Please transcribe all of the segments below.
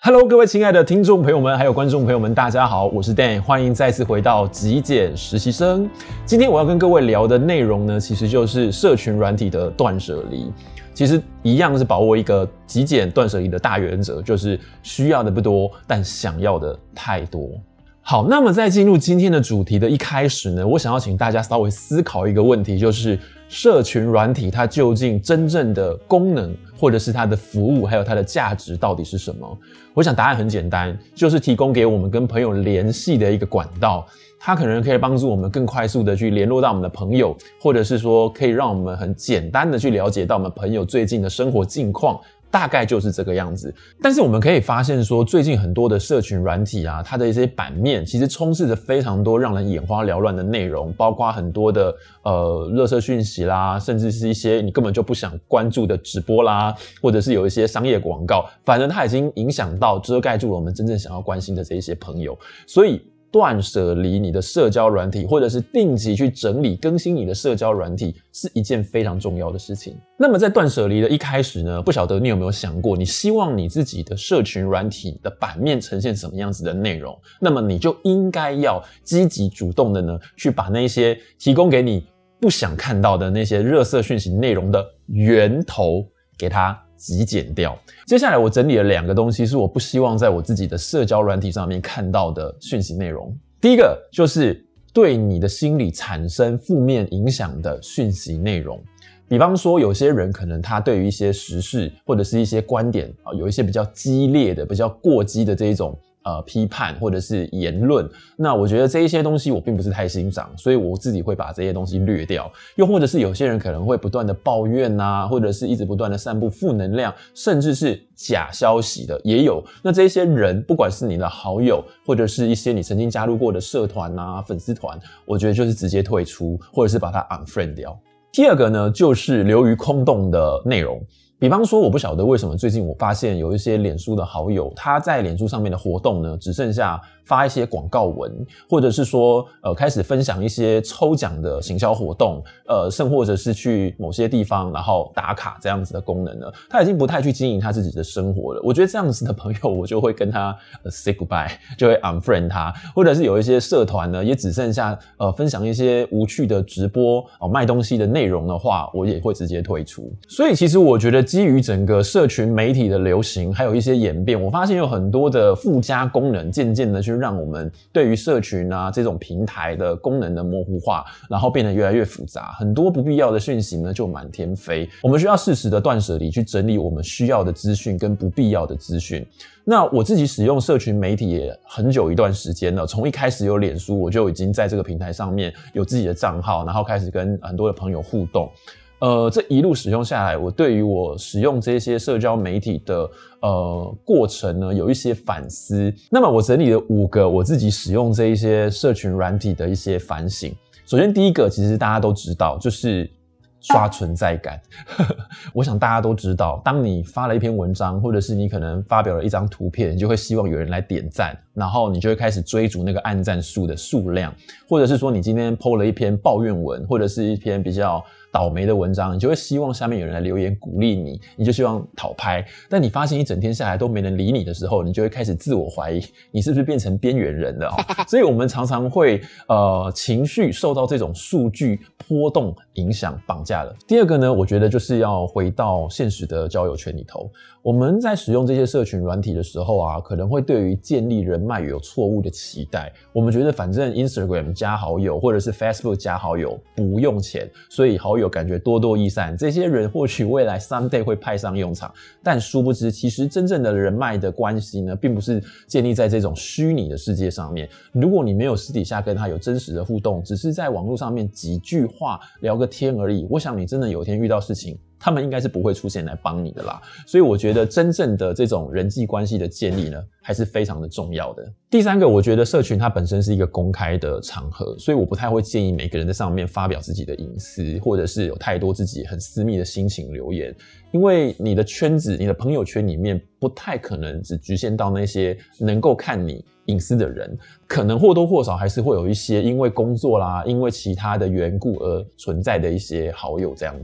Hello， 各位亲爱的听众朋友们，还有观众朋友们，大家好，我是 Dan， 欢迎再次回到极简实习生。今天我要跟各位聊的内容呢，其实就是社群软体的断舍离。其实一样是把握一个极简断舍离的大原则，就是需要的不多，但想要的太多。好，那么在进入今天的主题的一开始呢，我想要请大家稍微思考一个问题，就是社群软体它究竟真正的功能，或者是它的服务，还有它的价值到底是什么？我想答案很简单，就是提供给我们跟朋友联系的一个管道。它可能可以帮助我们更快速的去联络到我们的朋友，或者是说可以让我们很简单的去了解到我们朋友最近的生活近况，大概就是这个样子。但是我们可以发现说，最近很多的社群软体啊，它的一些版面其实充斥着非常多让人眼花缭乱的内容，包括很多的垃圾讯息啦，甚至是一些你根本就不想关注的直播啦，或者是有一些商业广告，反正它已经影响到遮盖住了我们真正想要关心的这一些朋友。所以断舍离你的社交软体，或者是定期去整理更新你的社交软体，是一件非常重要的事情。那么在断舍离的一开始呢，不晓得你有没有想过，你希望你自己的社群软体的版面呈现什么样子的内容，那么你就应该要积极主动的呢，去把那些提供给你不想看到的那些垃圾讯息内容的源头给它极简掉。接下来我整理了2个东西，是我不希望在我自己的社交软体上面看到的讯息内容。第一个就是对你的心理产生负面影响的讯息内容。比方说有些人可能他对于一些时事或者是一些观点有一些比较激烈的比较过激的这一种批判或者是言论，那我觉得这一些东西我并不是太欣赏，所以我自己会把这些东西略掉。又或者是有些人可能会不断的抱怨啊，或者是一直不断的散布负能量，甚至是假消息的也有。那这些人不管是你的好友，或者是一些你曾经加入过的社团啊、粉丝团，我觉得就是直接退出，或者是把它 unfriend 掉。第二个呢，就是流于空洞的内容。比方说，我不晓得为什么最近我发现有一些脸书的好友，他在脸书上面的活动呢，只剩下发一些广告文，或者是说开始分享一些抽奖的行销活动，甚或者是去某些地方然后打卡这样子的功能呢，他已经不太去经营他自己的生活了。我觉得这样子的朋友，我就会跟他say goodbye， 就会 unfriend 他。或者是有一些社团呢，也只剩下分享一些无趣的直播卖东西的内容的话，我也会直接退出。所以其实我觉得基于整个社群媒体的流行，还有一些演变，我发现有很多的附加功能，渐渐的去让我们对于社群啊这种平台的功能的模糊化，然后变得越来越复杂，很多不必要的讯息呢就满天飞。我们需要适时的断舍离，去整理我们需要的资讯跟不必要的资讯。那我自己使用社群媒体也很久一段时间了，从一开始有脸书，我就已经在这个平台上面有自己的账号，然后开始跟很多的朋友互动。这一路使用下来，我对于我使用这些社交媒体的过程呢，有一些反思。那么我整理了5个我自己使用这一些社群软体的一些反省。首先第一个，其实大家都知道，就是刷存在感。我想大家都知道，当你发了一篇文章，或者是你可能发表了一张图片，你就会希望有人来点赞，然后你就会开始追逐那个按赞数的数量，或者是说你今天 po 了一篇抱怨文，或者是一篇比较倒霉的文章，你就会希望下面有人来留言鼓励你，你就希望讨拍。但你发现一整天下来都没人理你的时候，你就会开始自我怀疑，你是不是变成边缘人了所以我们常常会情绪受到这种数据波动影响绑架了。第二个呢，我觉得就是要回到现实的交友圈里头。我们在使用这些社群软体的时候啊，可能会对于建立人脉有错误的期待。我们觉得反正 Instagram 加好友，或者是 Facebook 加好友不用钱，所以好友感觉多多益善，这些人或许未来 someday 会派上用场。但殊不知，其实真正的人脉的关系呢，并不是建立在这种虚拟的世界上面。如果你没有私底下跟他有真实的互动，只是在网络上面几句话聊个天而已，我想你真的有一天遇到事情，他们应该是不会出现来帮你的啦。所以我觉得真正的这种人际关系的建立呢，还是非常的重要的。第三个，我觉得社群它本身是一个公开的场合，所以我不太会建议每个人在上面发表自己的隐私，或者是有太多自己很私密的心情留言，因为你的圈子，你的朋友圈里面不太可能只局限到那些能够看你隐私的人，可能或多或少还是会有一些因为工作啦，因为其他的缘故而存在的一些好友这样子。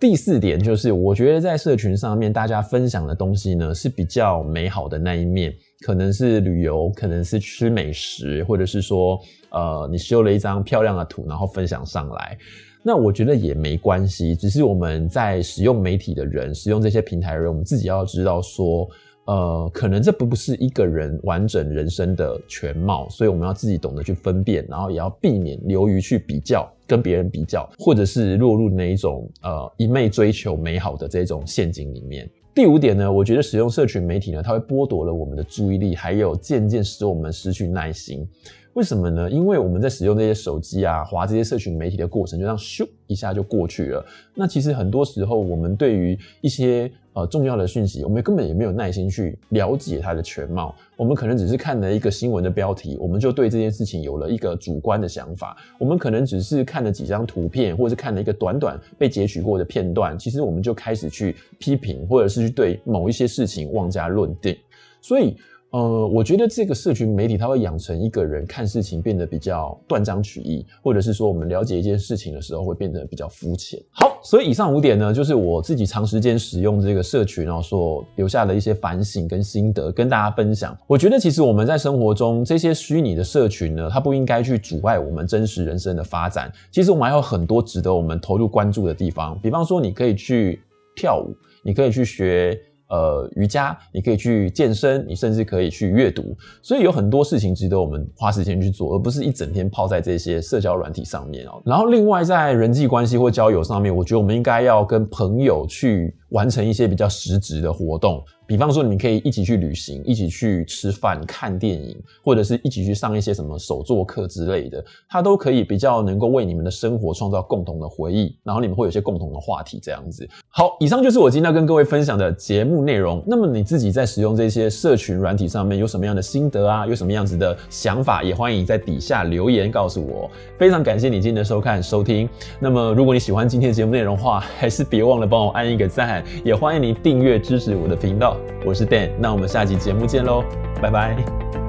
第4点就是我觉得在社群上面大家分享的东西呢是比较美好的那一面，可能是旅游，可能是吃美食，或者是说你修了一张漂亮的图然后分享上来。那我觉得也没关系，只是我们在使用媒体的人，使用这些平台的人，我们自己要知道说可能这不是一个人完整人生的全貌，所以我们要自己懂得去分辨，然后也要避免流于去比较，跟别人比较，或者是落入那一种一昧追求美好的这种陷阱里面。第5点呢，我觉得使用社群媒体呢，它会剥夺了我们的注意力，还有渐渐使我们失去耐心。为什么呢？因为我们在使用这些手机啊，滑这些社群媒体的过程，就这样咻一下就过去了。那其实很多时候，我们对于一些重要的讯息，我们根本也没有耐心去了解它的全貌。我们可能只是看了一个新闻的标题，我们就对这件事情有了一个主观的想法。我们可能只是看了几张图片，或者是看了一个短短被截取过的片段，其实我们就开始去批评，或者是去对某一些事情妄加论定。所以我觉得这个社群媒体它会养成一个人看事情变得比较断章取义，或者是说我们了解一件事情的时候会变得比较肤浅。好，所以以上5点呢，就是我自己长时间使用这个社群所留下的一些反省跟心得跟大家分享。我觉得其实我们在生活中这些虚拟的社群呢，它不应该去阻碍我们真实人生的发展。其实我们还有很多值得我们投入关注的地方，比方说你可以去跳舞，你可以去学瑜伽，你可以去健身，你甚至可以去阅读，所以有很多事情值得我们花时间去做，而不是一整天泡在这些社交软体上面然后另外在人际关系或交友上面，我觉得我们应该要跟朋友去完成一些比较实质的活动，比方说你们可以一起去旅行，一起去吃饭看电影，或者是一起去上一些什么手作课之类的，它都可以比较能够为你们的生活创造共同的回忆，然后你们会有一些共同的话题这样子。好，以上就是我今天要跟各位分享的节目内容。那么你自己在使用这些社群软体上面有什么样的心得啊，有什么样子的想法，也欢迎在底下留言告诉我。非常感谢你今天的收看收听。那么如果你喜欢今天的节目内容的话，还是别忘了帮我按一个赞，也欢迎你订阅支持我的频道。我是 Dan， 那我们下期节目见咯，拜拜。